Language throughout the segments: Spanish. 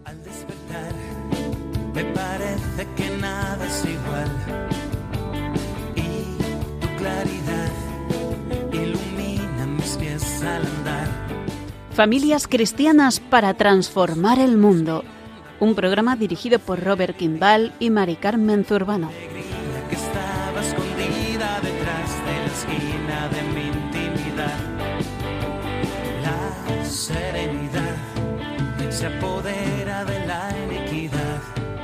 Al despertar, me parece que nada es igual. Y tu claridad ilumina mis pies al andar. Familias cristianas para transformar el mundo. Un programa dirigido por Robert Kimball y Mari Carmen Zurbano. Alegría que estaba escondida detrás de la esquina de mi intimidad. La serenidad se apodera de la iniquidad.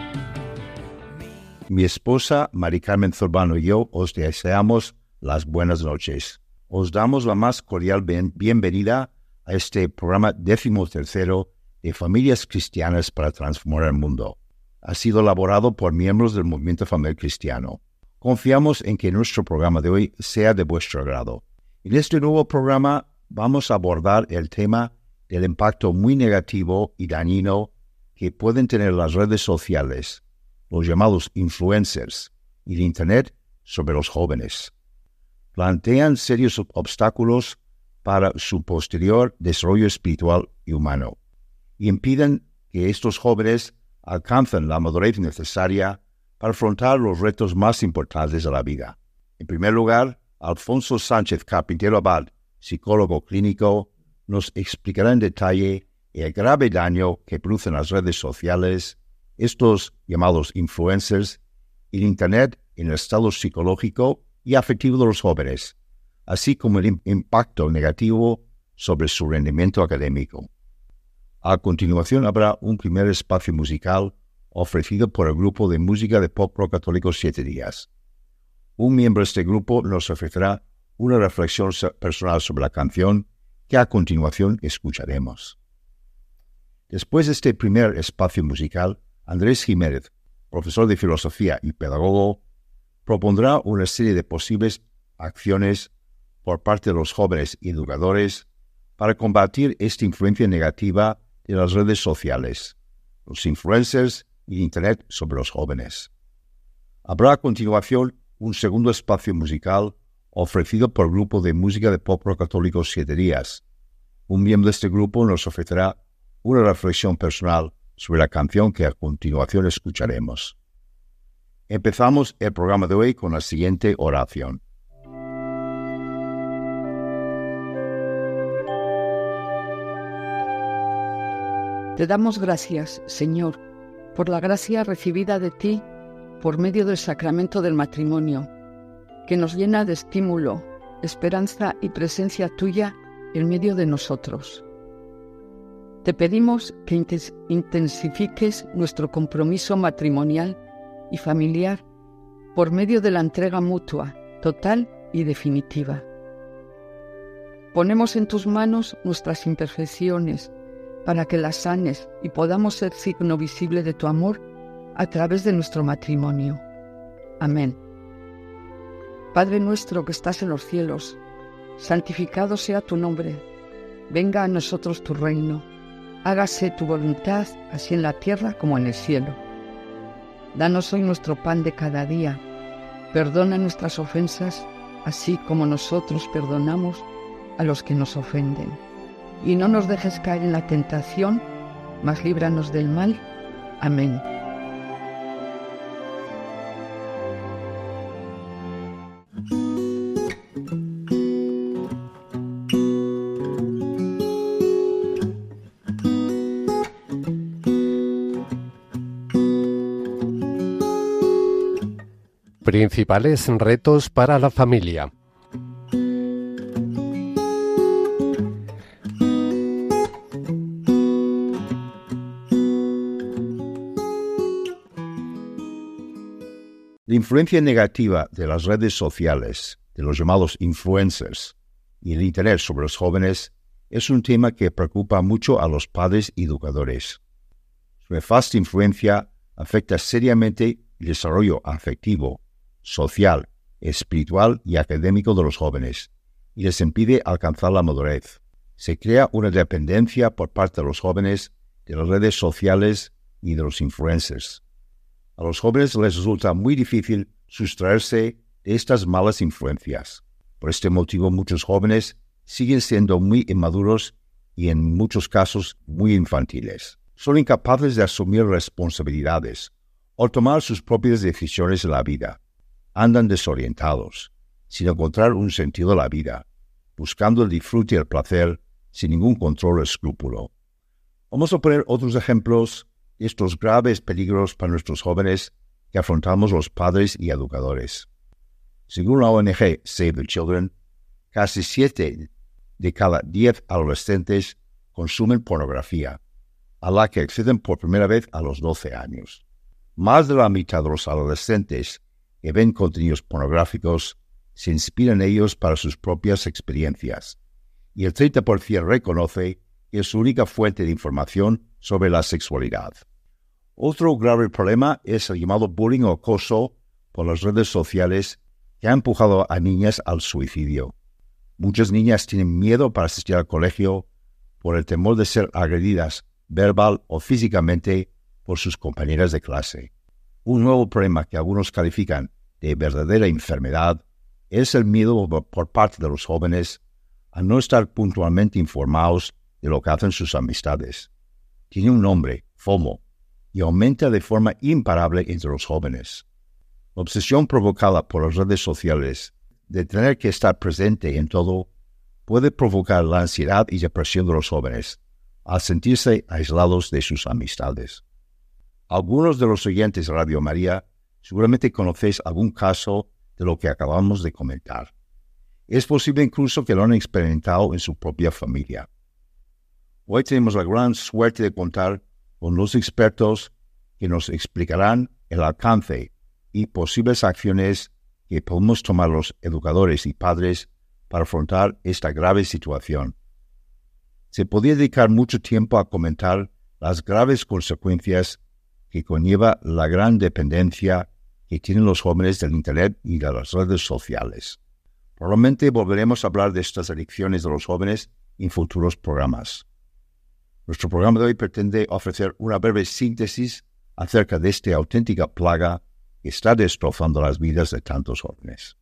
Mi esposa, Mari Carmen Zurbano, y yo os deseamos las buenas noches. Os damos la más cordial bienvenida a este programa 13º de Familias Cristianas para Transformar el Mundo. Ha sido elaborado por miembros del Movimiento Familiar Cristiano. Confiamos en que nuestro programa de hoy sea de vuestro agrado. En este nuevo programa vamos a abordar el tema del impacto muy negativo y dañino que pueden tener las redes sociales, los llamados influencers y el Internet sobre los jóvenes. Plantean serios obstáculos para su posterior desarrollo espiritual y humano y impiden que estos jóvenes alcancen la madurez necesaria para afrontar los retos más importantes de la vida. En primer lugar, Alfonso Sánchez Carpintero Abad, psicólogo clínico, nos explicará en detalle el grave daño que producen las redes sociales, estos llamados influencers, y el Internet en el estado psicológico y afectivo de los jóvenes, así como el impacto negativo sobre su rendimiento académico. A continuación habrá un primer espacio musical ofrecido por el grupo de música de pop rock católico 7 Días. Un miembro de este grupo nos ofrecerá una reflexión personal sobre la canción que a continuación escucharemos. Después de este primer espacio musical, Andrés Jiménez, profesor de filosofía y pedagogo, propondrá una serie de posibles acciones por parte de los jóvenes y educadores para combatir esta influencia negativa de las redes sociales, los influencers y Internet sobre los jóvenes. Habrá a continuación un segundo espacio musical ofrecido por el grupo de música de pop rock católico 7 Días. Un miembro de este grupo nos ofrecerá una reflexión personal sobre la canción que a continuación escucharemos. Empezamos el programa de hoy con la siguiente oración. Te damos gracias, Señor, por la gracia recibida de ti por medio del sacramento del matrimonio, que nos llena de estímulo, esperanza y presencia tuya en medio de nosotros. Te pedimos que intensifiques nuestro compromiso matrimonial y familiar por medio de la entrega mutua, total y definitiva. Ponemos en tus manos nuestras imperfecciones para que las sanes y podamos ser signo visible de tu amor a través de nuestro matrimonio. Amén. Padre nuestro que estás en los cielos, santificado sea tu nombre. Venga a nosotros tu reino. Hágase tu voluntad, así en la tierra como en el cielo. Danos hoy nuestro pan de cada día. Perdona nuestras ofensas, así como nosotros perdonamos a los que nos ofenden. Y no nos dejes caer en la tentación, mas líbranos del mal. Amén. Principales retos para la familia. La influencia negativa de las redes sociales, de los llamados influencers y el Internet sobre los jóvenes es un tema que preocupa mucho a los padres y educadores. Su nefasta influencia afecta seriamente el desarrollo afectivo, social, espiritual y académico de los jóvenes y les impide alcanzar la madurez. Se crea una dependencia por parte de los jóvenes de las redes sociales y de los influencers. A los jóvenes les resulta muy difícil sustraerse de estas malas influencias. Por este motivo, muchos jóvenes siguen siendo muy inmaduros y en muchos casos muy infantiles. son incapaces de asumir responsabilidades o tomar sus propias decisiones en la vida. Andan desorientados, sin encontrar un sentido a la vida, buscando el disfrute y el placer sin ningún control o escrúpulo. Vamos a poner otros ejemplos de estos graves peligros para nuestros jóvenes que afrontamos los padres y educadores. Según la ONG Save the Children, casi 7 de cada 10 adolescentes consumen pornografía, a la que acceden por primera vez a los 12 años. Más de la mitad de los adolescentes que ven contenidos pornográficos se inspiran en ellos para sus propias experiencias, y el 30% reconoce que es su única fuente de información sobre la sexualidad. Otro grave problema es el llamado bullying o acoso por las redes sociales que ha empujado a niñas al suicidio. Muchas niñas tienen miedo para asistir al colegio por el temor de ser agredidas verbal o físicamente por sus compañeras de clase. Un nuevo problema que algunos califican de verdadera enfermedad es el miedo por parte de los jóvenes a no estar puntualmente informados de lo que hacen sus amistades. Tiene un nombre, FOMO, y aumenta de forma imparable entre los jóvenes. La obsesión provocada por las redes sociales de tener que estar presente en todo puede provocar la ansiedad y depresión de los jóvenes al sentirse aislados de sus amistades. Algunos de los oyentes de Radio María seguramente conocéis algún caso de lo que acabamos de comentar. Es posible incluso que lo han experimentado en su propia familia. Hoy tenemos la gran suerte de contar con los expertos que nos explicarán el alcance y posibles acciones que podemos tomar los educadores y padres para afrontar esta grave situación. Se podría dedicar mucho tiempo a comentar las graves consecuencias que conlleva la gran dependencia que tienen los jóvenes del Internet y de las redes sociales. Probablemente volveremos a hablar de estas adicciones de los jóvenes en futuros programas. Nuestro programa de hoy pretende ofrecer una breve síntesis acerca de esta auténtica plaga que está destrozando las vidas de tantos jóvenes.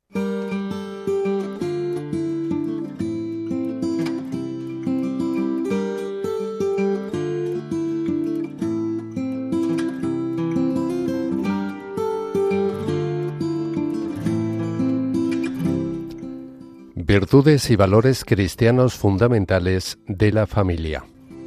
Virtudes y valores cristianos fundamentales de la familia.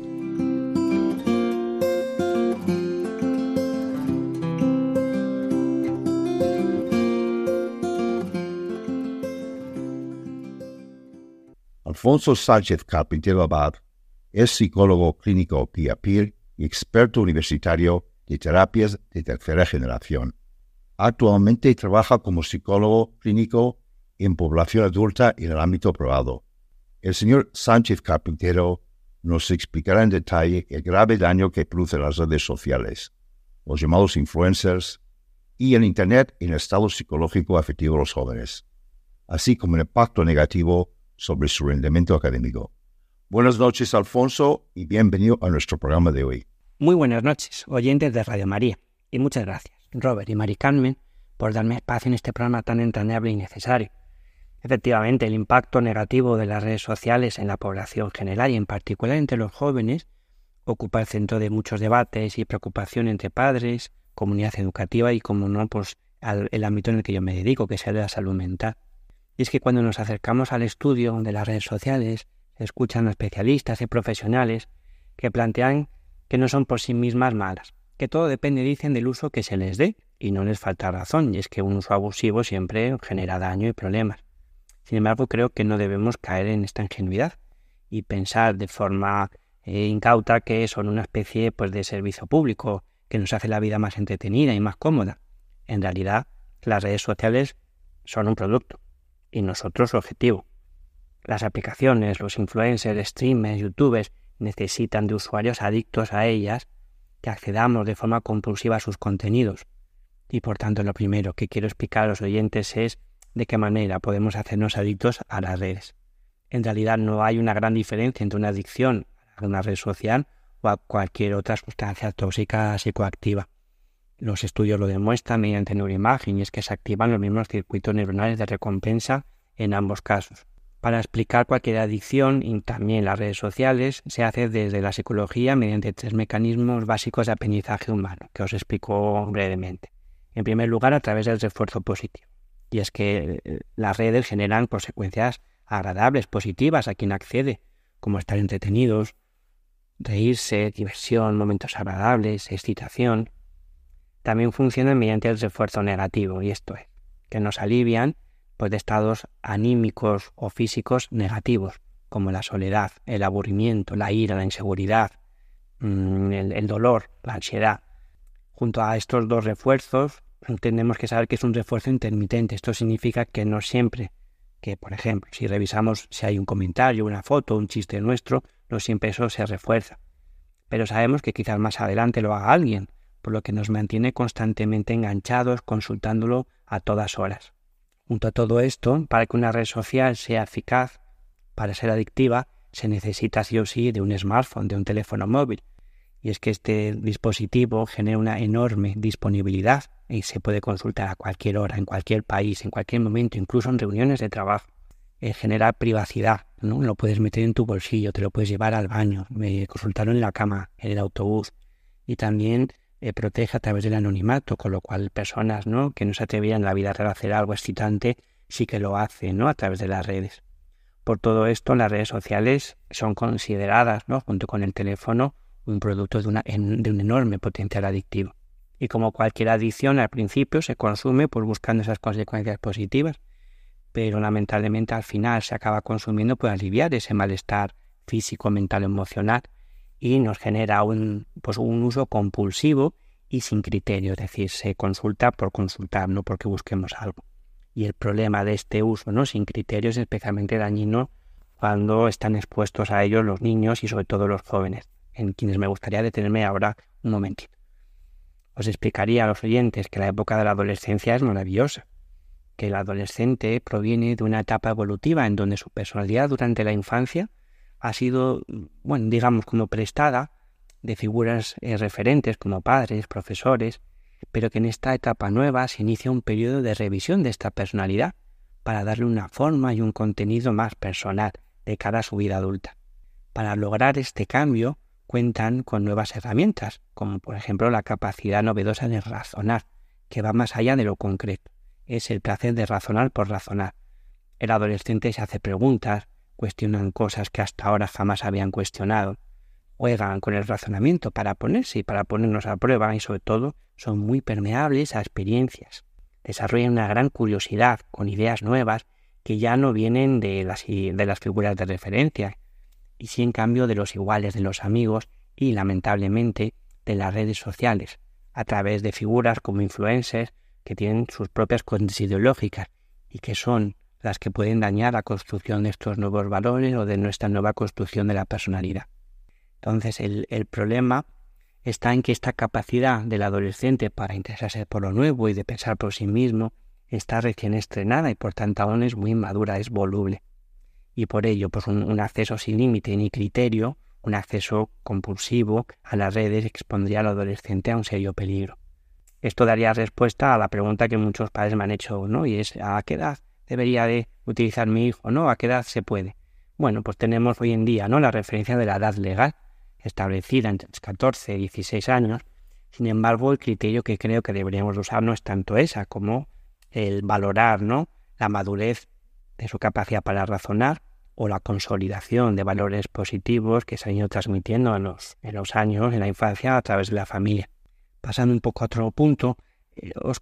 Alfonso Sánchez Carpintero Abad es psicólogo clínico peer-to-peer y experto universitario de terapias de tercera generación. Actualmente trabaja como psicólogo clínico en población adulta en el ámbito privado. El señor Sánchez Carpintero nos explicará en detalle el grave daño que producen las redes sociales, los llamados influencers, y el Internet en el estado psicológico afectivo de los jóvenes, así como el impacto negativo sobre su rendimiento académico. Buenas noches, Alfonso, y bienvenido a nuestro programa de hoy. Muy buenas noches, oyentes de Radio María, y muchas gracias, Robert y Mari Carmen, por darme espacio en este programa tan entrañable y necesario. Efectivamente, el impacto negativo de las redes sociales en la población general y en particular entre los jóvenes ocupa el centro de muchos debates y preocupación entre padres, comunidad educativa y, como no, pues el ámbito en el que yo me dedico, que es el de la salud mental. Y es que cuando nos acercamos al estudio de las redes sociales, se escuchan a especialistas y profesionales que plantean que no son por sí mismas malas, que todo depende, dicen, del uso que se les dé, y no les falta razón, y es que un uso abusivo siempre genera daño y problemas. Sin embargo, creo que no debemos caer en esta ingenuidad y pensar de forma incauta que son una especie pues, de servicio público que nos hace la vida más entretenida y más cómoda. En realidad, las redes sociales son un producto y nosotros su objetivo. Las aplicaciones, los influencers, streamers, youtubers necesitan de usuarios adictos a ellas que accedamos de forma compulsiva a sus contenidos. Y por tanto, lo primero que quiero explicar a los oyentes es de qué manera podemos hacernos adictos a las redes. En realidad no hay una gran diferencia entre una adicción a una red social o a cualquier otra sustancia tóxica psicoactiva. Los estudios lo demuestran mediante neuroimagen, y es que se activan los mismos circuitos neuronales de recompensa en ambos casos. Para explicar cualquier adicción y también las redes sociales se hace desde la psicología mediante 3 mecanismos básicos de aprendizaje humano, que os explico brevemente. En primer lugar, a través del refuerzo positivo. Y es que las redes generan consecuencias agradables, positivas a quien accede, como estar entretenidos, reírse, diversión, momentos agradables, excitación. También funcionan mediante el refuerzo negativo, y esto es, que nos alivian de estados anímicos o físicos negativos, como la soledad, el aburrimiento, la ira, la inseguridad, el dolor, la ansiedad. Junto a estos 2 refuerzos, tenemos que saber que es un refuerzo intermitente. Esto significa que no siempre, que por ejemplo, si revisamos si hay un comentario, una foto, un chiste nuestro, no siempre eso se refuerza. Pero sabemos que quizás más adelante lo haga alguien, por lo que nos mantiene constantemente enganchados, consultándolo a todas horas. Junto a todo esto, para que una red social sea eficaz, para ser adictiva, se necesita sí o sí de un smartphone, de un teléfono móvil. Y es que este dispositivo genera una enorme disponibilidad y se puede consultar a cualquier hora, en cualquier país, en cualquier momento, incluso en reuniones de trabajo. Genera privacidad, ¿no? Lo puedes meter en tu bolsillo, te lo puedes llevar al baño, consultarlo en la cama, en el autobús. Y también protege a través del anonimato, con lo cual personas, ¿no?, que no se atrevían en la vida real a hacer algo excitante, sí que lo hacen, ¿no?, a través de las redes. Por todo esto, las redes sociales son consideradas, ¿no?, junto con el teléfono, un producto de un enorme potencial adictivo. Y como cualquier adicción, al principio se consume buscando esas consecuencias positivas, pero lamentablemente al final se acaba consumiendo por aliviar ese malestar físico, mental, emocional, y nos genera un uso compulsivo y sin criterio, es decir, se consulta por consultar, no porque busquemos algo. Y el problema de este uso, ¿no?, sin criterio es especialmente dañino cuando están expuestos a ellos los niños y sobre todo los jóvenes, en quienes me gustaría detenerme ahora un momentito. Os explicaría a los oyentes que la época de la adolescencia es maravillosa, que el adolescente proviene de una etapa evolutiva en donde su personalidad durante la infancia ha sido, digamos, como prestada de figuras referentes como padres, profesores, pero que en esta etapa nueva se inicia un periodo de revisión de esta personalidad para darle una forma y un contenido más personal de cara a su vida adulta. Para lograr este cambio cuentan con nuevas herramientas, como por ejemplo la capacidad novedosa de razonar, que va más allá de lo concreto. Es el placer de razonar por razonar. El adolescente se hace preguntas, cuestionan cosas que hasta ahora jamás habían cuestionado, juegan con el razonamiento para ponerse y para ponernos a prueba y sobre todo son muy permeables a experiencias. Desarrollan una gran curiosidad con ideas nuevas que ya no vienen de las figuras de referencia y sí en cambio de los iguales, de los amigos y lamentablemente de las redes sociales, a través de figuras como influencers que tienen sus propias corrientes ideológicas y que son las que pueden dañar la construcción de estos nuevos valores o de nuestra nueva construcción de la personalidad. Entonces el problema está en que esta capacidad del adolescente para interesarse por lo nuevo y de pensar por sí mismo está recién estrenada y por tanto aún es muy inmadura, es voluble. Y por ello un acceso sin límite ni criterio, un acceso compulsivo a las redes expondría al adolescente a un serio peligro. Esto daría respuesta a la pregunta que muchos padres me han hecho, ¿no? Y es ¿a qué edad debería de utilizar mi hijo, ¿no? ¿A qué edad se puede? Bueno, pues tenemos hoy en día, ¿no?, la referencia de la edad legal, establecida entre los 14 y 16 años. Sin embargo, el criterio que creo que deberíamos usar no es tanto esa como el valorar, ¿no?, la madurez de su capacidad para razonar o la consolidación de valores positivos que se han ido transmitiendo en los años, en la infancia, a través de la familia. Pasando un poco a otro punto, os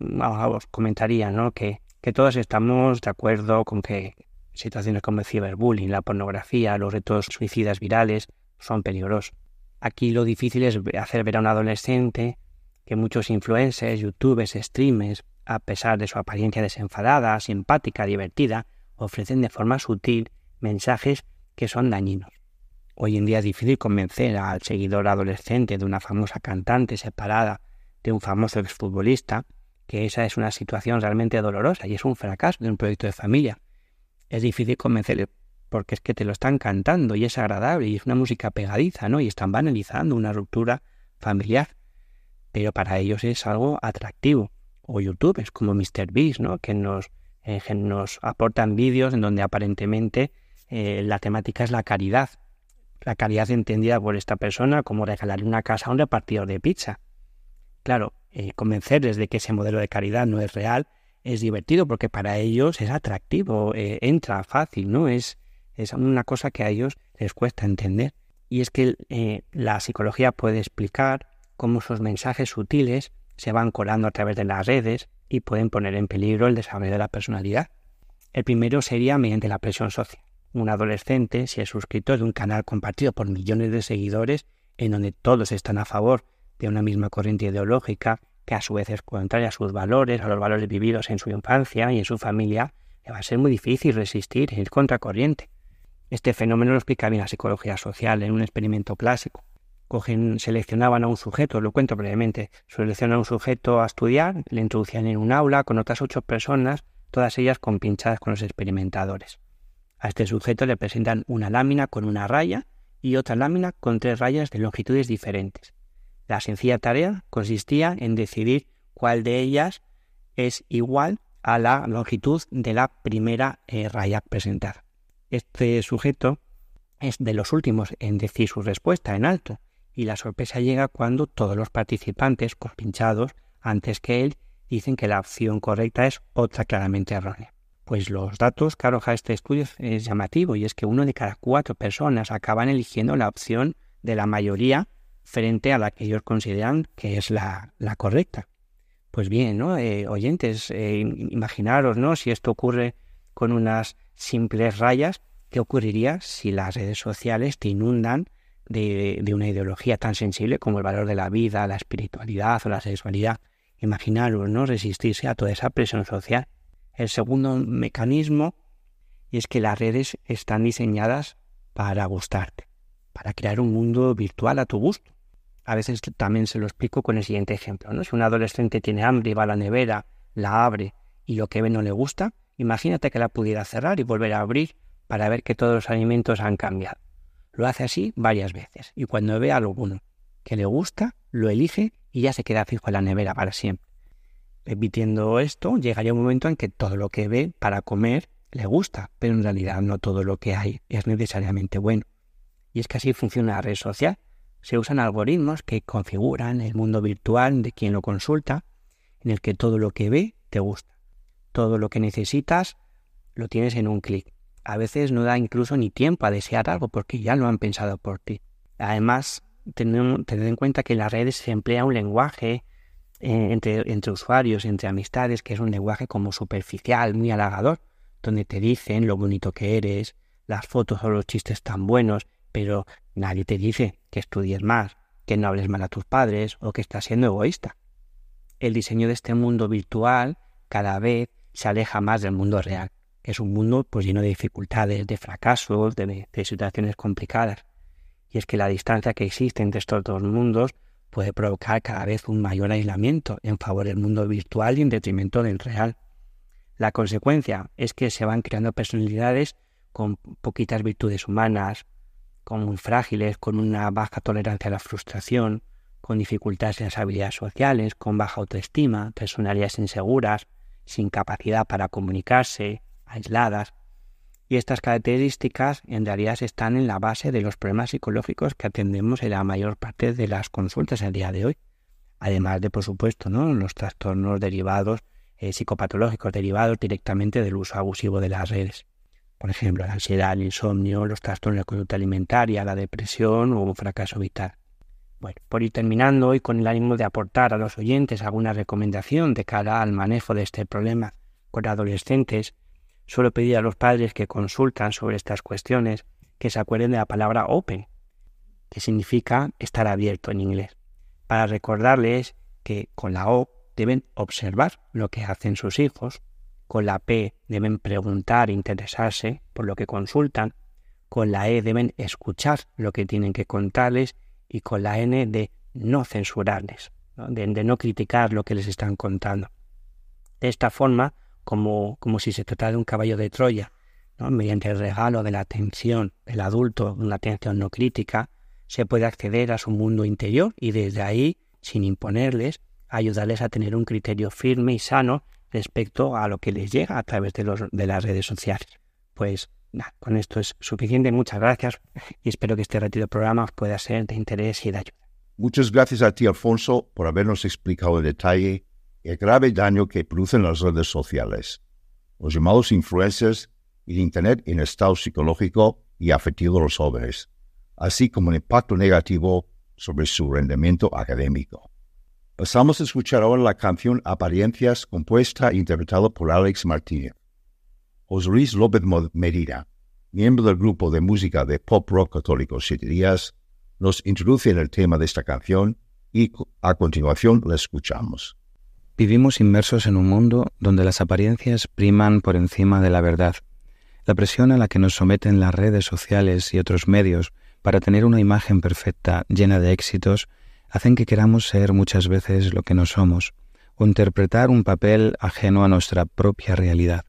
comentaría, ¿no?, que todos estamos de acuerdo con que situaciones como el ciberbullying, la pornografía, los retos suicidas virales son peligrosos. Aquí lo difícil es hacer ver a un adolescente que muchos influencers, youtubers, streamers, a pesar de su apariencia desenfadada, simpática, divertida, ofrecen de forma sutil mensajes que son dañinos. Hoy en día es difícil convencer al seguidor adolescente de una famosa cantante separada de un famoso exfutbolista que esa es una situación realmente dolorosa y es un fracaso de un proyecto de familia. Es difícil convencerle porque es que te lo están cantando y es agradable y es una música pegadiza, ¿no? Y están banalizando una ruptura familiar. Pero para ellos es algo atractivo. O youtubers como MrBeast, ¿no?, que nos Nos aportan vídeos en donde aparentemente la temática es la caridad. La caridad entendida por esta persona como regalar una casa a un repartidor de pizza. Claro, convencerles de que ese modelo de caridad no es real es divertido porque para ellos es atractivo, entra fácil, ¿no? Es una cosa que a ellos les cuesta entender. Y es que la psicología puede explicar cómo esos mensajes sutiles se van colando a través de las redes y pueden poner en peligro el desarrollo de la personalidad. El primero sería mediante la presión social. Un adolescente, si es suscriptor de un canal compartido por millones de seguidores, en donde todos están a favor de una misma corriente ideológica, que a su vez es contraria a sus valores, a los valores vividos en su infancia y en su familia, le va a ser muy difícil resistir, ir contracorriente. Este fenómeno lo explica bien la psicología social en un experimento clásico. Seleccionaban a un sujeto, lo cuento brevemente, seleccionan a un sujeto a estudiar, le introducían en un aula con otras 8 personas, todas ellas compinchadas con los experimentadores. A este sujeto le presentan una lámina con una raya y otra lámina con 3 rayas de longitudes diferentes. La sencilla tarea consistía en decidir cuál de ellas es igual a la longitud de la primera raya presentada. Este sujeto es de los últimos en decir su respuesta en alto, y la sorpresa llega cuando todos los participantes compinchados antes que él dicen que la opción correcta es otra claramente errónea. Pues los datos que arroja este estudio es llamativo, y es que 1 de cada 4 personas acaban eligiendo la opción de la mayoría frente a la que ellos consideran que es la correcta. Pues bien, ¿no? Oyentes, imaginaros, ¿no? Si esto ocurre con unas simples rayas, ¿qué ocurriría si las redes sociales te inundan de una ideología tan sensible como el valor de la vida, la espiritualidad o la sexualidad? Imaginaros, ¿no? Resistirse a toda esa presión social. El segundo mecanismo es que las redes están diseñadas para gustarte, para crear un mundo virtual a tu gusto. A veces también se lo explico con el siguiente ejemplo, ¿no? Si un adolescente tiene hambre y va a la nevera, la abre y lo que ve no le gusta, imagínate que la pudiera cerrar y volver a abrir para ver que todos los alimentos han cambiado. Lo hace así varias veces y cuando ve alguno que le gusta, lo elige y ya se queda fijo en la nevera para siempre. Repitiendo esto, llegaría un momento en que todo lo que ve para comer le gusta, pero en realidad no todo lo que hay es necesariamente bueno. Y es que así funciona la red social. Se usan algoritmos que configuran el mundo virtual de quien lo consulta, en el que todo lo que ve te gusta. Todo lo que necesitas lo tienes en un clic. A veces no da incluso ni tiempo a desear algo porque ya lo han pensado por ti. Además, tened en cuenta que en las redes se emplea un lenguaje entre usuarios, entre amistades, que es un lenguaje como superficial, muy halagador, donde te dicen lo bonito que eres, las fotos o los chistes tan buenos, pero nadie te dice que estudies más, que no hables mal a tus padres o que estás siendo egoísta. El diseño de este mundo virtual cada vez se aleja más del mundo real. Es un mundo pues lleno de dificultades, de fracasos, de situaciones complicadas. Y es que la distancia que existe entre estos dos mundos puede provocar cada vez un mayor aislamiento en favor del mundo virtual y en detrimento del real. La consecuencia es que se van creando personalidades con poquitas virtudes humanas, con muy frágiles, con una baja tolerancia a la frustración, con dificultades en las habilidades sociales, con baja autoestima, personalidades inseguras, sin capacidad para comunicarse, aisladas. Y estas características en realidad están en la base de los problemas psicológicos que atendemos en la mayor parte de las consultas el día de hoy. Además de, por supuesto, ¿no?, los trastornos derivados, psicopatológicos derivados directamente del uso abusivo de las redes. Por ejemplo, la ansiedad, el insomnio, los trastornos de la conducta alimentaria, la depresión o un fracaso vital. Bueno, por ir terminando y con el ánimo de aportar a los oyentes alguna recomendación de cara al manejo de este problema con adolescentes, suelo pedir a los padres que consultan sobre estas cuestiones que se acuerden de la palabra open, que significa estar abierto en inglés, para recordarles que con la O deben observar lo que hacen sus hijos, con la P deben preguntar e interesarse por lo que consultan, con la E deben escuchar lo que tienen que contarles y con la N de no censurarles, ¿no?, de no criticar lo que les están contando. De esta forma, como si se tratara de un caballo de Troya, ¿no?, mediante el regalo de la atención del adulto, una atención no crítica, se puede acceder a su mundo interior y desde ahí, sin imponerles, ayudarles a tener un criterio firme y sano respecto a lo que les llega a través de las redes sociales. Pues nada, con esto es suficiente. Muchas gracias y espero que este ratito de programa os pueda ser de interés y de ayuda. Muchas gracias a ti, Alfonso, por habernos explicado en detalle el grave daño que producen las redes sociales, los llamados influencers y el Internet en estado psicológico y afectivo de los jóvenes, así como el impacto negativo sobre su rendimiento académico. Pasamos a escuchar ahora la canción Apariencias, compuesta e interpretada por Alex Martínez. José Luis López Medina, miembro del grupo de música de pop rock católico 7 Días, nos introduce en el tema de esta canción y a continuación la escuchamos. Vivimos inmersos en un mundo donde las apariencias priman por encima de la verdad. La presión a la que nos someten las redes sociales y otros medios para tener una imagen perfecta llena de éxitos hacen que queramos ser muchas veces lo que no somos o interpretar un papel ajeno a nuestra propia realidad.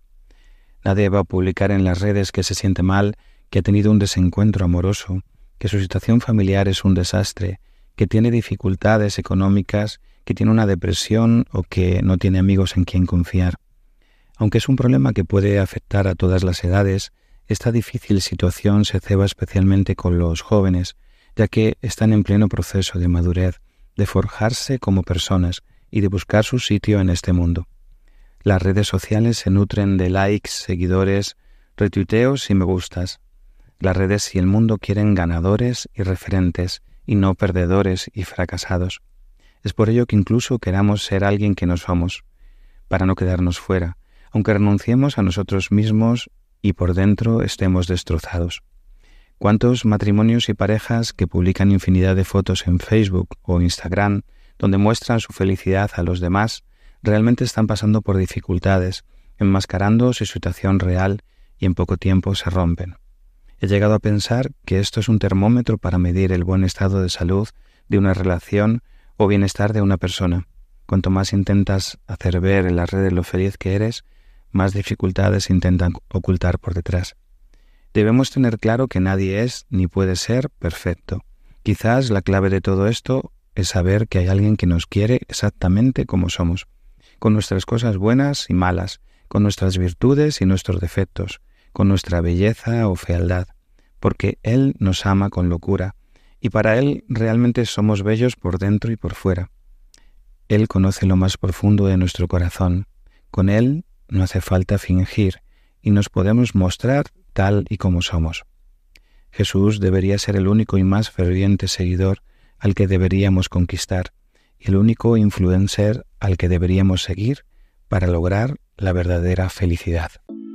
Nadie va a publicar en las redes que se siente mal, que ha tenido un desencuentro amoroso, que su situación familiar es un desastre, que tiene dificultades económicas, que tiene una depresión o que no tiene amigos en quien confiar. Aunque es un problema que puede afectar a todas las edades, esta difícil situación se ceba especialmente con los jóvenes, ya que están en pleno proceso de madurez, de forjarse como personas y de buscar su sitio en este mundo. Las redes sociales se nutren de likes, seguidores, retuiteos y me gustas. Las redes y el mundo quieren ganadores y referentes, y no perdedores y fracasados. Es por ello que incluso queramos ser alguien que no somos, para no quedarnos fuera, aunque renunciemos a nosotros mismos y por dentro estemos destrozados. ¿Cuántos matrimonios y parejas que publican infinidad de fotos en Facebook o Instagram, donde muestran su felicidad a los demás, realmente están pasando por dificultades, enmascarando su situación real y en poco tiempo se rompen? He llegado a pensar que esto es un termómetro para medir el buen estado de salud de una relación o bienestar de una persona. Cuanto más intentas hacer ver en las redes lo feliz que eres, más dificultades intentan ocultar por detrás. Debemos tener claro que nadie es ni puede ser perfecto. Quizás la clave de todo esto es saber que hay alguien que nos quiere exactamente como somos, con nuestras cosas buenas y malas, con nuestras virtudes y nuestros defectos, con nuestra belleza o fealdad, porque Él nos ama con locura, y para Él realmente somos bellos por dentro y por fuera. Él conoce lo más profundo de nuestro corazón. Con Él no hace falta fingir, y nos podemos mostrar tal y como somos. Jesús debería ser el único y más ferviente seguidor al que deberíamos conquistar, y el único influencer al que deberíamos seguir para lograr la verdadera felicidad.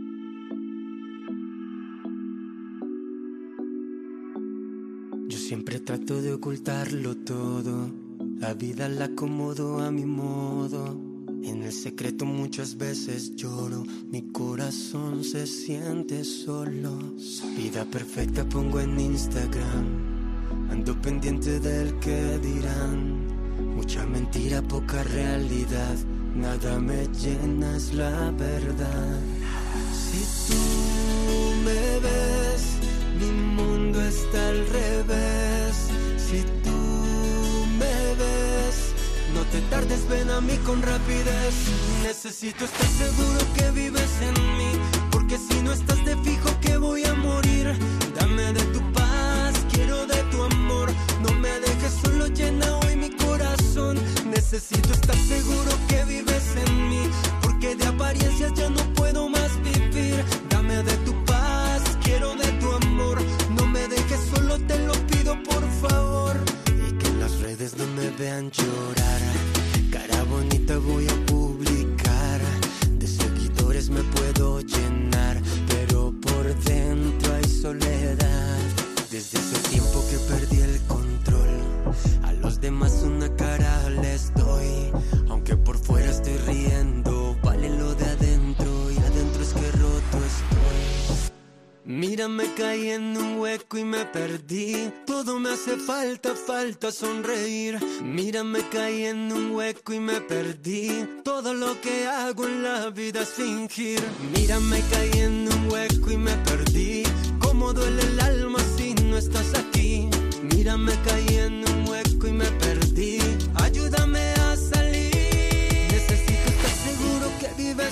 Yo siempre trato de ocultarlo todo, la vida la acomodo a mi modo. En el secreto muchas veces lloro, mi corazón se siente solo. Vida perfecta pongo en Instagram, ando pendiente del que dirán. Mucha mentira, poca realidad, nada me llena, es la verdad. Si tú me ves, mi mundo está al revés. Si tú me ves, no te tardes, ven a mí con rapidez. Necesito estar seguro que vives en mí, porque si no estás de fijo que voy a morir. Dame de tu paz, quiero de tu amor, no me dejes solo, llena hoy mi corazón. Necesito estar seguro que vives en mí, porque de apariencias ya no puedo más vivir. Dame de tu paz, quiero de tu amor, no me dejes solo, te lo pido por favor. Y que en las redes no me vean llorar, cara bonita voy a publicar, de seguidores me puedo llenar, pero por dentro hay soledad. Desde hace tiempo que perdí el control, a los demás una cara les doy, aunque por fuera estoy riendo, vale lo de adentro y adentro es que roto estoy. Mírame, caí en un hueco y me perdí, todo me hace falta sonreír. Mírame, caí en un hueco y me perdí, todo lo que hago en la vida es fingir. Mírame, caí en un hueco y me perdí, cómo duele el alma si no estás aquí. Mírame, caí en un hueco y me perdí, ayúdame a salir. Necesito estar seguro que vive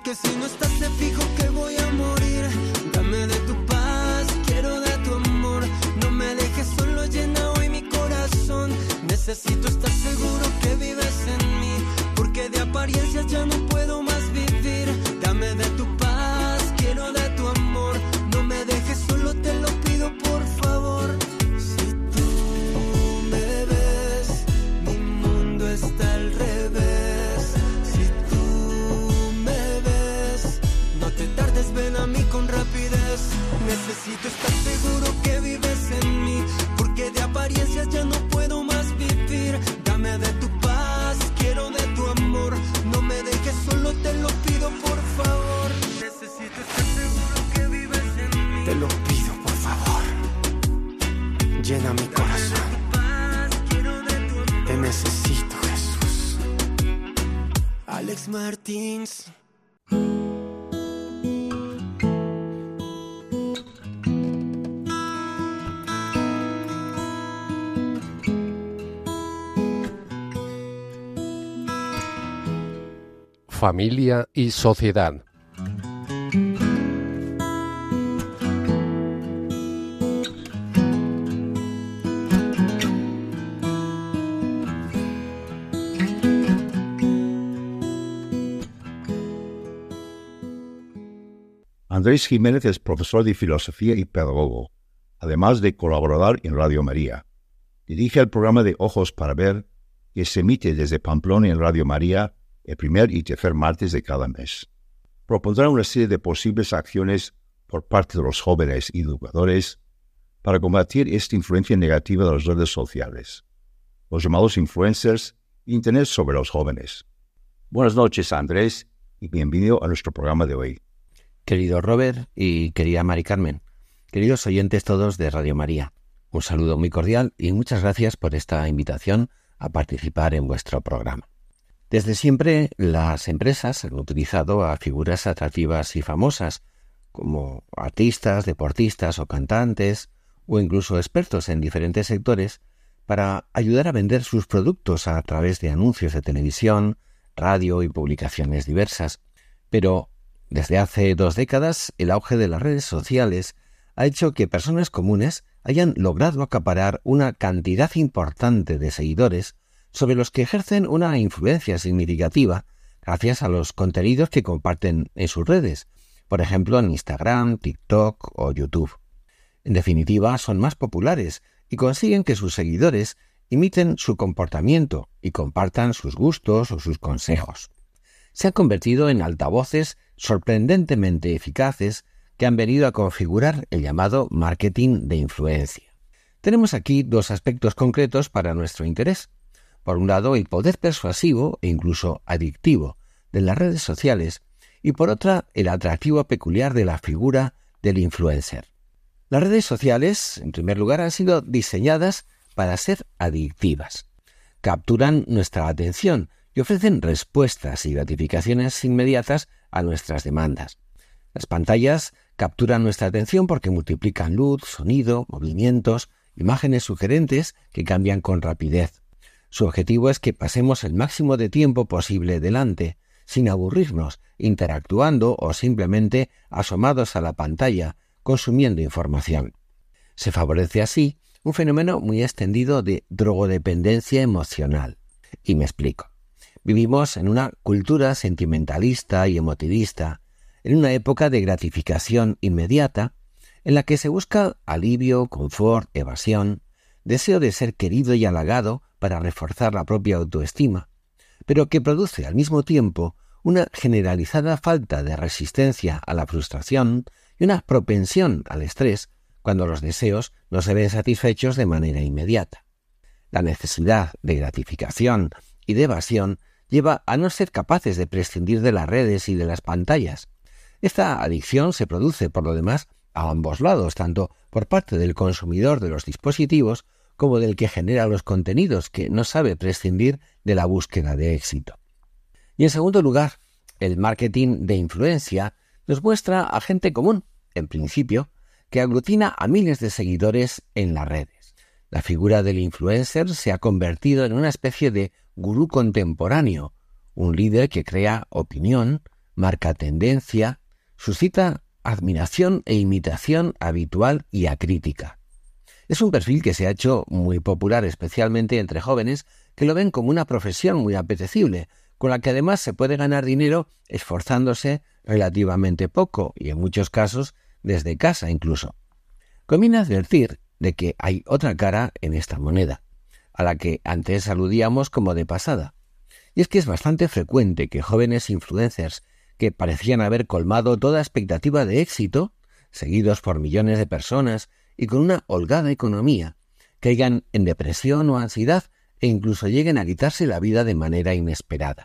porque si no estás te fijo que voy a morir. Dame de tu paz, quiero de tu amor. No me dejes solo, llena hoy mi corazón. Necesito estar seguro que vives en mí, porque de apariencias ya no puedo más vivir. Dame de tu paz, quiero de tu amor. No me dejes solo, te lo pido por favor. Si tú me ves, mi mundo está al revés. Si tú me ves, no te tardes, ven a mí con rapidez. Necesito estar seguro que vives en mí, porque de apariencias ya no puedo más vivir. Dame de tu paz, quiero de tu amor. No me dejes solo, te lo pido por favor. Necesito estar seguro que vives en mí. Te lo pido por favor. Llena mi corazón. Te necesito, Jesús. Alex Martins. Familia y sociedad. Andrés Jiménez es profesor de filosofía y pedagogo, además de colaborador en Radio María. Dirige el programa de Ojos para Ver, que se emite desde Pamplona en Radio María el primer y tercer martes de cada mes. Propondrá una serie de posibles acciones por parte de los jóvenes y educadores para combatir esta influencia negativa de las redes sociales, los llamados influencers e Internet sobre los jóvenes. Buenas noches, Andrés, y bienvenido a nuestro programa de hoy. Querido Robert y querida Mari Carmen, queridos oyentes todos de Radio María, un saludo muy cordial y muchas gracias por esta invitación a participar en vuestro programa. Desde siempre las empresas han utilizado a figuras atractivas y famosas, como artistas, deportistas o cantantes, o incluso expertos en diferentes sectores, para ayudar a vender sus productos a través de anuncios de televisión, radio y publicaciones diversas. Pero desde hace 2 décadas, el auge de las redes sociales ha hecho que personas comunes hayan logrado acaparar una cantidad importante de seguidores sobre los que ejercen una influencia significativa gracias a los contenidos que comparten en sus redes, por ejemplo en Instagram, TikTok o YouTube. En definitiva, son más populares y consiguen que sus seguidores imiten su comportamiento y compartan sus gustos o sus consejos. Se han convertido en altavoces sorprendentemente eficaces que han venido a configurar el llamado marketing de influencia. Tenemos aquí 2 aspectos concretos para nuestro interés. Por un lado, el poder persuasivo e incluso adictivo de las redes sociales y por otra, el atractivo peculiar de la figura del influencer. Las redes sociales, en primer lugar, han sido diseñadas para ser adictivas. Capturan nuestra atención y ofrecen respuestas y gratificaciones inmediatas a nuestras demandas. Las pantallas capturan nuestra atención porque multiplican luz, sonido, movimientos, imágenes sugerentes que cambian con rapidez. Su objetivo es que pasemos el máximo de tiempo posible delante, sin aburrirnos, interactuando o simplemente asomados a la pantalla, consumiendo información. Se favorece así un fenómeno muy extendido de drogodependencia emocional. Y me explico. Vivimos en una cultura sentimentalista y emotivista, en una época de gratificación inmediata, en la que se busca alivio, confort, evasión, deseo de ser querido y halagado para reforzar la propia autoestima, pero que produce al mismo tiempo una generalizada falta de resistencia a la frustración y una propensión al estrés cuando los deseos no se ven satisfechos de manera inmediata. La necesidad de gratificación y de evasión lleva a no ser capaces de prescindir de las redes y de las pantallas. Esta adicción se produce, por lo demás, a ambos lados, tanto por parte del consumidor de los dispositivos como del que genera los contenidos, que no sabe prescindir de la búsqueda de éxito. Y en segundo lugar, el marketing de influencia nos muestra a gente común, en principio, que aglutina a miles de seguidores en las redes. La figura del influencer se ha convertido en una especie de gurú contemporáneo, un líder que crea opinión, marca tendencia, suscita admiración e imitación habitual y acrítica. Es un perfil que se ha hecho muy popular, especialmente entre jóvenes que lo ven como una profesión muy apetecible, con la que además se puede ganar dinero esforzándose relativamente poco y en muchos casos desde casa incluso. Conviene advertir de que hay otra cara en esta moneda, a la que antes aludíamos como de pasada. Y es que es bastante frecuente que jóvenes influencers que parecían haber colmado toda expectativa de éxito, seguidos por millones de personas y con una holgada economía, caigan en depresión o ansiedad e incluso lleguen a quitarse la vida de manera inesperada.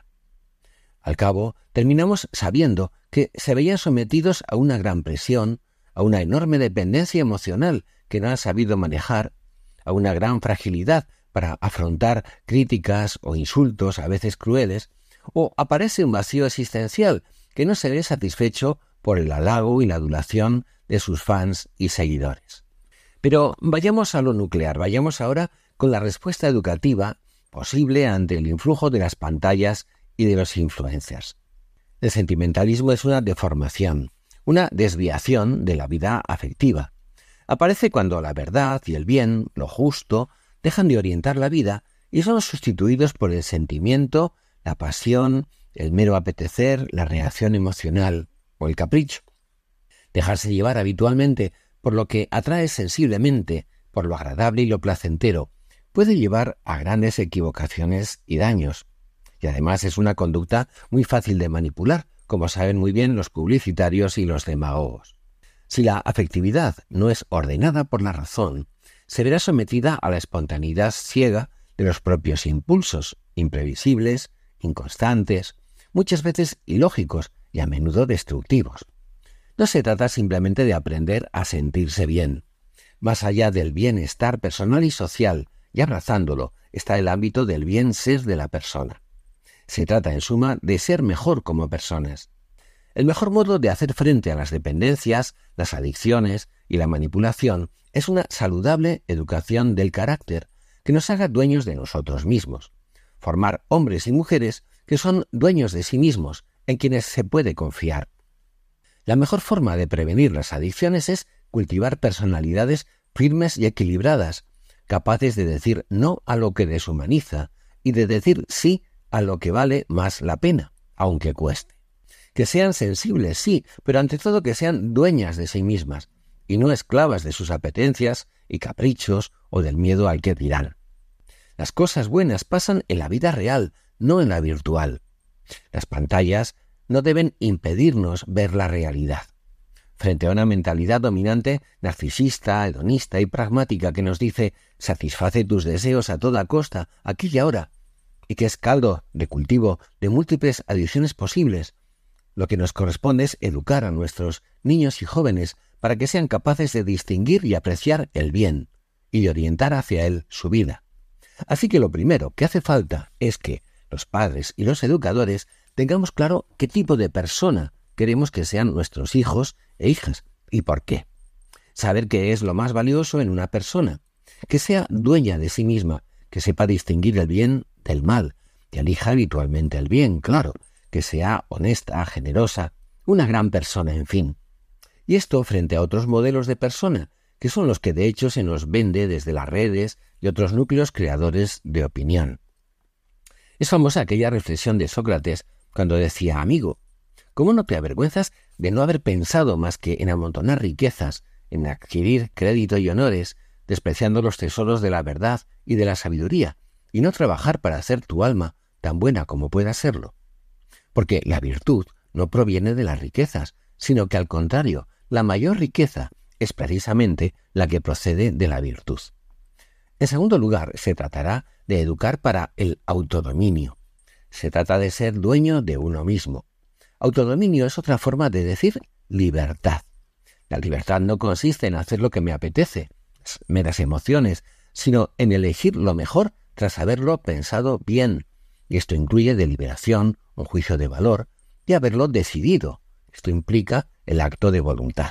Al cabo, terminamos sabiendo que se veían sometidos a una gran presión, a una enorme dependencia emocional que no han sabido manejar, a una gran fragilidad para afrontar críticas o insultos a veces crueles, o aparece un vacío existencial que no se ve satisfecho por el halago y la adulación de sus fans y seguidores. Pero vayamos a lo nuclear, vayamos ahora con la respuesta educativa posible ante el influjo de las pantallas y de los influencers. El sentimentalismo es una deformación, una desviación de la vida afectiva. Aparece cuando la verdad y el bien, lo justo, dejan de orientar la vida y son sustituidos por el sentimiento, la pasión, el mero apetecer, la reacción emocional o el capricho. Dejarse llevar habitualmente por lo que atrae sensiblemente, por lo agradable y lo placentero, puede llevar a grandes equivocaciones y daños. Y además es una conducta muy fácil de manipular, como saben muy bien los publicitarios y los demagogos. Si la afectividad no es ordenada por la razón, se verá sometida a la espontaneidad ciega de los propios impulsos, imprevisibles, inconstantes, muchas veces ilógicos y a menudo destructivos. No se trata simplemente de aprender a sentirse bien. Más allá del bienestar personal y social, y abrazándolo, está el ámbito del bien ser de la persona. Se trata, en suma, de ser mejor como personas. El mejor modo de hacer frente a las dependencias, las adicciones y la manipulación es una saludable educación del carácter que nos haga dueños de nosotros mismos. Formar hombres y mujeres que son dueños de sí mismos, en quienes se puede confiar. La mejor forma de prevenir las adicciones es cultivar personalidades firmes y equilibradas, capaces de decir no a lo que deshumaniza y de decir sí a lo que vale más la pena, aunque cueste. Que sean sensibles, sí, pero ante todo que sean dueñas de sí mismas y no esclavas de sus apetencias y caprichos o del miedo al que dirán. Las cosas buenas pasan en la vida real, no en la virtual. Las pantallas no deben impedirnos ver la realidad. Frente a una mentalidad dominante, narcisista, hedonista y pragmática que nos dice «satisface tus deseos a toda costa, aquí y ahora», y que es caldo de cultivo de múltiples adicciones posibles, lo que nos corresponde es educar a nuestros niños y jóvenes para que sean capaces de distinguir y apreciar el bien y de orientar hacia él su vida. Así que lo primero que hace falta es que los padres y los educadores tengamos claro qué tipo de persona queremos que sean nuestros hijos e hijas y por qué. Saber qué es lo más valioso en una persona, que sea dueña de sí misma, que sepa distinguir el bien del mal, que elija habitualmente el bien, claro, que sea honesta, generosa, una gran persona, en fin. Y esto frente a otros modelos de persona, que son los que de hecho se nos vende desde las redes y otros núcleos creadores de opinión. Es famosa aquella reflexión de Sócrates cuando decía: amigo, ¿cómo no te avergüenzas de no haber pensado más que en amontonar riquezas, en adquirir crédito y honores, despreciando los tesoros de la verdad y de la sabiduría, y no trabajar para hacer tu alma tan buena como pueda serlo? Porque la virtud no proviene de las riquezas, sino que al contrario, la mayor riqueza es precisamente la que procede de la virtud. En segundo lugar, se tratará de educar para el autodominio. Se trata de ser dueño de uno mismo. Autodominio es otra forma de decir libertad. La libertad no consiste en hacer lo que me apetece, meras emociones, sino en elegir lo mejor tras haberlo pensado bien. Y esto incluye deliberación, un juicio de valor, y haberlo decidido. Esto implica el acto de voluntad.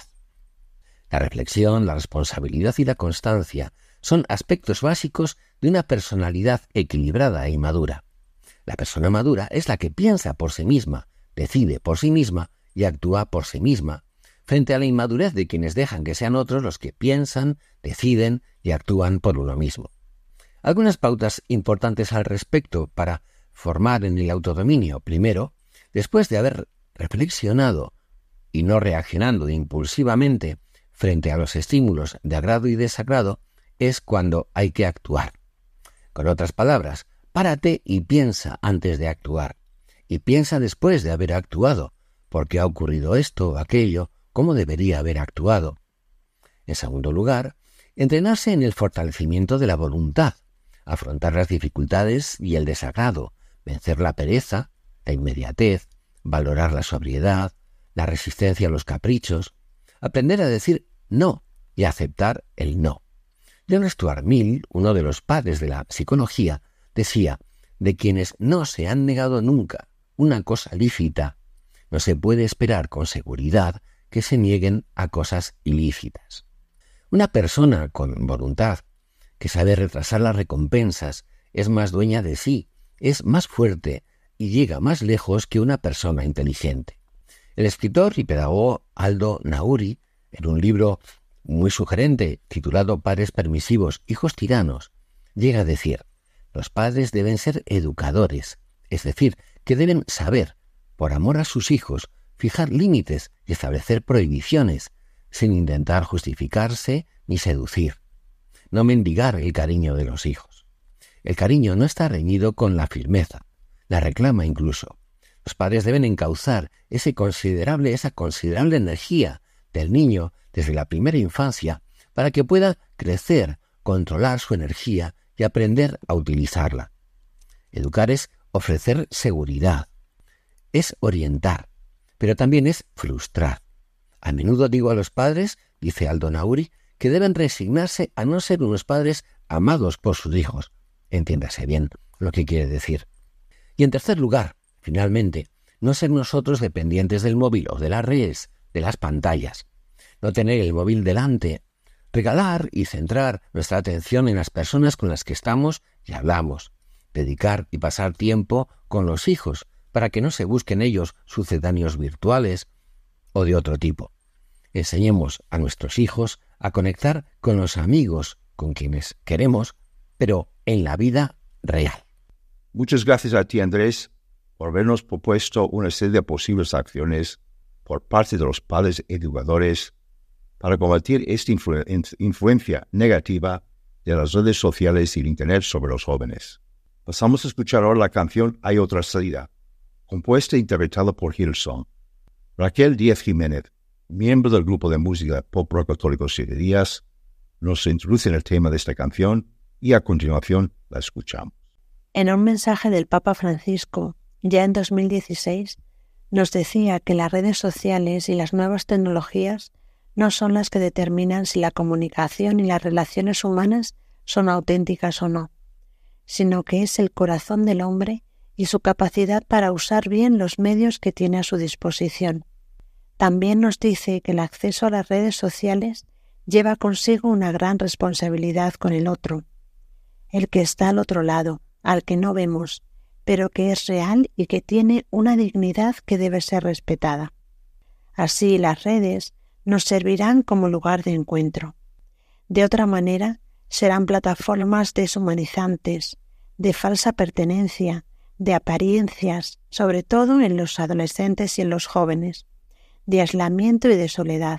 La reflexión, la responsabilidad y la constancia son aspectos básicos de una personalidad equilibrada y madura. La persona madura es la que piensa por sí misma, decide por sí misma y actúa por sí misma, frente a la inmadurez de quienes dejan que sean otros los que piensan, deciden y actúan por uno mismo. Algunas pautas importantes al respecto para formar en el autodominio. Primero, después de haber reflexionado y no reaccionando impulsivamente frente a los estímulos de agrado y desagrado, es cuando hay que actuar. Con otras palabras, párate y piensa antes de actuar. Y piensa después de haber actuado, por qué ha ocurrido esto o aquello, cómo debería haber actuado. En segundo lugar, entrenarse en el fortalecimiento de la voluntad, afrontar las dificultades y el desagrado, vencer la pereza, la inmediatez, valorar la sobriedad, la resistencia a los caprichos, aprender a decir no y a aceptar el no. John Stuart Mill, uno de los padres de la psicología, decía: de quienes no se han negado nunca una cosa lícita, no se puede esperar con seguridad que se nieguen a cosas ilícitas. Una persona con voluntad, que sabe retrasar las recompensas, es más dueña de sí, es más fuerte y llega más lejos que una persona inteligente. El escritor y pedagogo Aldo Nauri, en un libro muy sugerente titulado Padres permisivos, hijos tiranos, llega a decir: los padres deben ser educadores, es decir, que deben saber, por amor a sus hijos, fijar límites y establecer prohibiciones, sin intentar justificarse ni seducir. No mendigar el cariño de los hijos. El cariño no está reñido con la firmeza, la reclama incluso. Los padres deben encauzar esa considerable energía del niño desde la primera infancia para que pueda crecer, controlar su energía y aprender a utilizarla. Educar es ofrecer seguridad, es orientar, pero también es frustrar. A menudo digo a los padres, dice Aldo Nauri, que deben resignarse a no ser unos padres amados por sus hijos. Entiéndase bien lo que quiere decir. Y en tercer lugar, finalmente, no ser nosotros dependientes del móvil o de las redes, de las pantallas. No tener el móvil delante, regalar y centrar nuestra atención en las personas con las que estamos y hablamos. Dedicar y pasar tiempo con los hijos para que no se busquen ellos sucedáneos virtuales o de otro tipo. Enseñemos a nuestros hijos a conectar con los amigos con quienes queremos, pero en la vida real. Muchas gracias a ti, Andrés, por habernos propuesto una serie de posibles acciones por parte de los padres educadores para combatir esta influencia negativa de las redes sociales y el Internet sobre los jóvenes. Pasamos a escuchar ahora la canción Hay otra salida, compuesta e interpretada por Hillsong. Raquel Díaz Jiménez, miembro del grupo de música pop rock católico 7 Días, nos introduce en el tema de esta canción y a continuación la escuchamos. En un mensaje del Papa Francisco, ya en 2016, nos decía que las redes sociales y las nuevas tecnologías no son las que determinan si la comunicación y las relaciones humanas son auténticas o no, sino que es el corazón del hombre y su capacidad para usar bien los medios que tiene a su disposición. También nos dice que el acceso a las redes sociales lleva consigo una gran responsabilidad con el otro, el que está al otro lado, al que no vemos, pero que es real y que tiene una dignidad que debe ser respetada. Así, las redes nos servirán como lugar de encuentro. De otra manera, serán plataformas deshumanizantes, de falsa pertenencia, de apariencias, sobre todo en los adolescentes y en los jóvenes, de aislamiento y de soledad,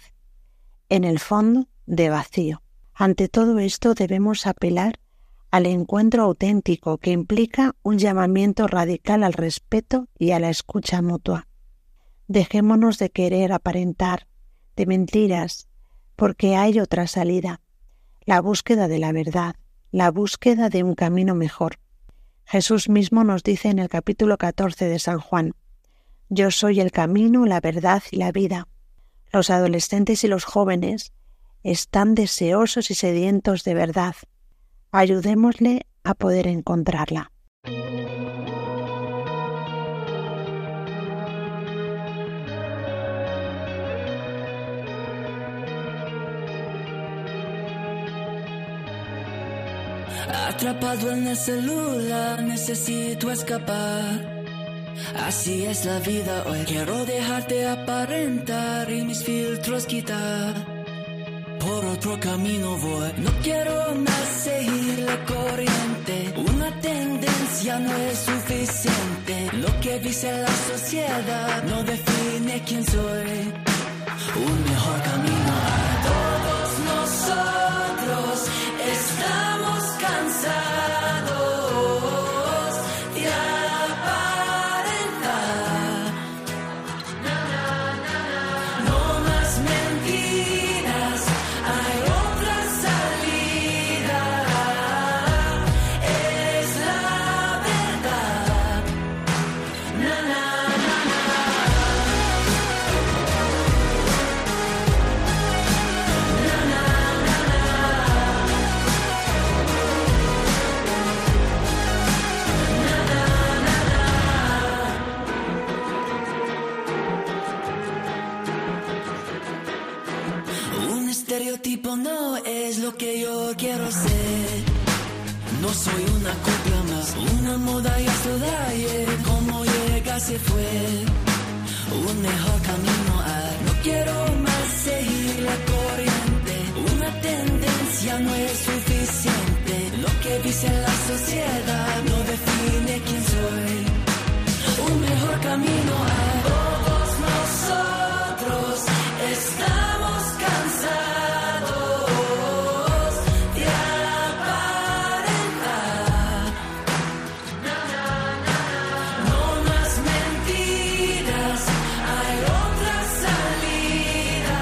en el fondo, de vacío. Ante todo esto debemos apelar al encuentro auténtico que implica un llamamiento radical al respeto y a la escucha mutua. Dejémonos de querer aparentar, de mentiras, porque hay otra salida, la búsqueda de la verdad, la búsqueda de un camino mejor. Jesús mismo nos dice en el capítulo 14 de San Juan: «Yo soy el camino, la verdad y la vida». Los adolescentes y los jóvenes están deseosos y sedientos de verdad. Ayudémosle a poder encontrarla. Atrapado en el celular, necesito escapar. Así es la vida hoy. Quiero dejarte aparentar y mis filtros quitar. Por otro camino voy. No quiero más seguir la corriente. Una tendencia no es suficiente. Lo que dice la sociedad no define quién soy. Un mejor camino a todos nosotros. Estamos cansados de aparentar. No más mentiras, hay otra salida. Es la verdad. Na, na, na, na. Un estereotipo no es lo que yo quiero ser. No soy una copia más, una moda ya toda ayer. Como llega se fue. Un mejor camino hay. No quiero más seguir la corriente. Una tendencia no es suficiente. Lo que dice la sociedad no define quién soy. Un mejor camino hay. Todos nosotros estamos cansados de aparentar. No más mentiras, hay otra salida.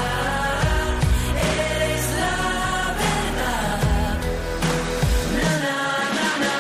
Es la verdad. Na, na, na, na.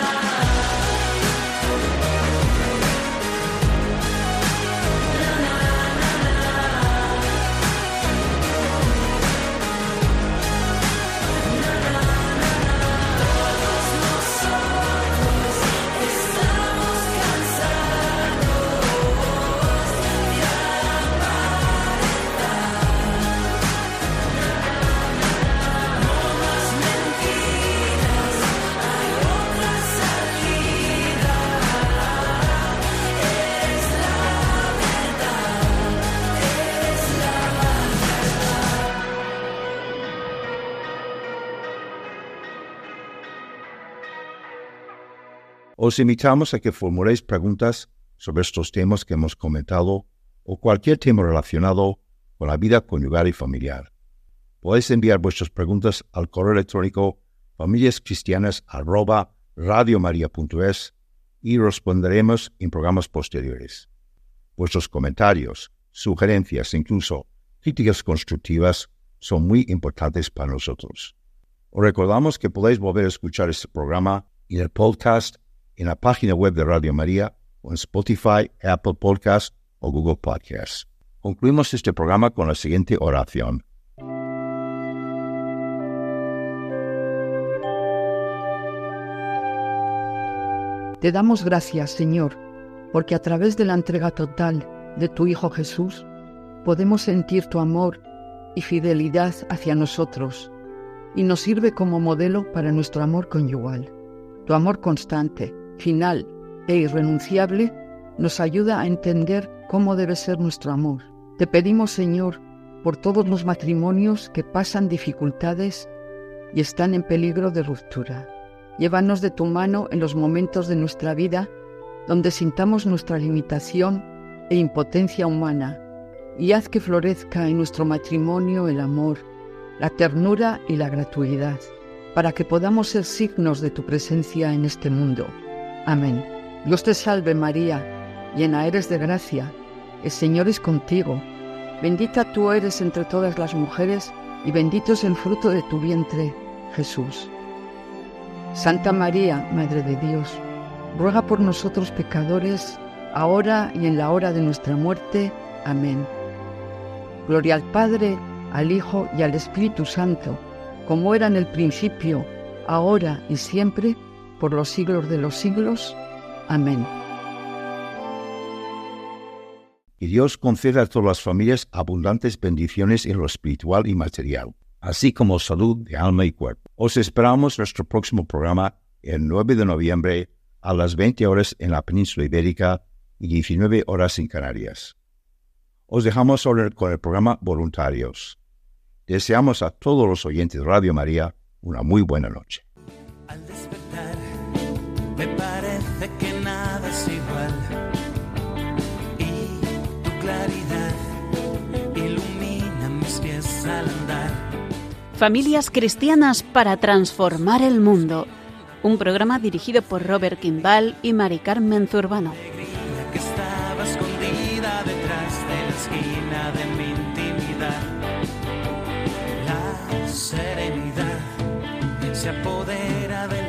Os invitamos a que formuléis preguntas sobre estos temas que hemos comentado o cualquier tema relacionado con la vida conyugal y familiar. Podéis enviar vuestras preguntas al correo electrónico familiascristianas@radiomaria.es y responderemos en programas posteriores. Vuestros comentarios, sugerencias e incluso críticas constructivas son muy importantes para nosotros. Os recordamos que podéis volver a escuchar este programa en el podcast en la página web de Radio María o en Spotify, Apple Podcasts o Google Podcasts. Concluimos este programa con la siguiente oración. Te damos gracias, Señor, porque a través de la entrega total de tu Hijo Jesús podemos sentir tu amor y fidelidad hacia nosotros y nos sirve como modelo para nuestro amor conyugal. Tu amor constante, final e irrenunciable nos ayuda a entender cómo debe ser nuestro amor. Te pedimos, Señor, por todos los matrimonios que pasan dificultades y están en peligro de ruptura. Llévanos de tu mano en los momentos de nuestra vida donde sintamos nuestra limitación e impotencia humana y haz que florezca en nuestro matrimonio el amor, la ternura y la gratuidad, para que podamos ser signos de tu presencia en este mundo. Amén. Dios te salve María, llena eres de gracia, el Señor es contigo. Bendita tú eres entre todas las mujeres y bendito es el fruto de tu vientre, Jesús. Santa María, Madre de Dios, ruega por nosotros pecadores, ahora y en la hora de nuestra muerte. Amén. Gloria al Padre, al Hijo y al Espíritu Santo, como era en el principio, ahora y siempre, por los siglos de los siglos. Amén. Y Dios conceda a todas las familias abundantes bendiciones en lo espiritual y material, así como salud de alma y cuerpo. Os esperamos en nuestro próximo programa el 9 de noviembre a las 20 horas en la península ibérica y 19 horas en Canarias. Os dejamos con el programa Voluntarios. Deseamos a todos los oyentes de Radio María una muy buena noche. Al despertar, me parece que nada es igual. Y tu claridad ilumina mis pies al andar. Familias cristianas para transformar el mundo. Un programa dirigido por Robert Kimball y Mari Carmen Zurbano. Que estaba escondida detrás de la esquina de mi intimidad. La serenidad se apodera de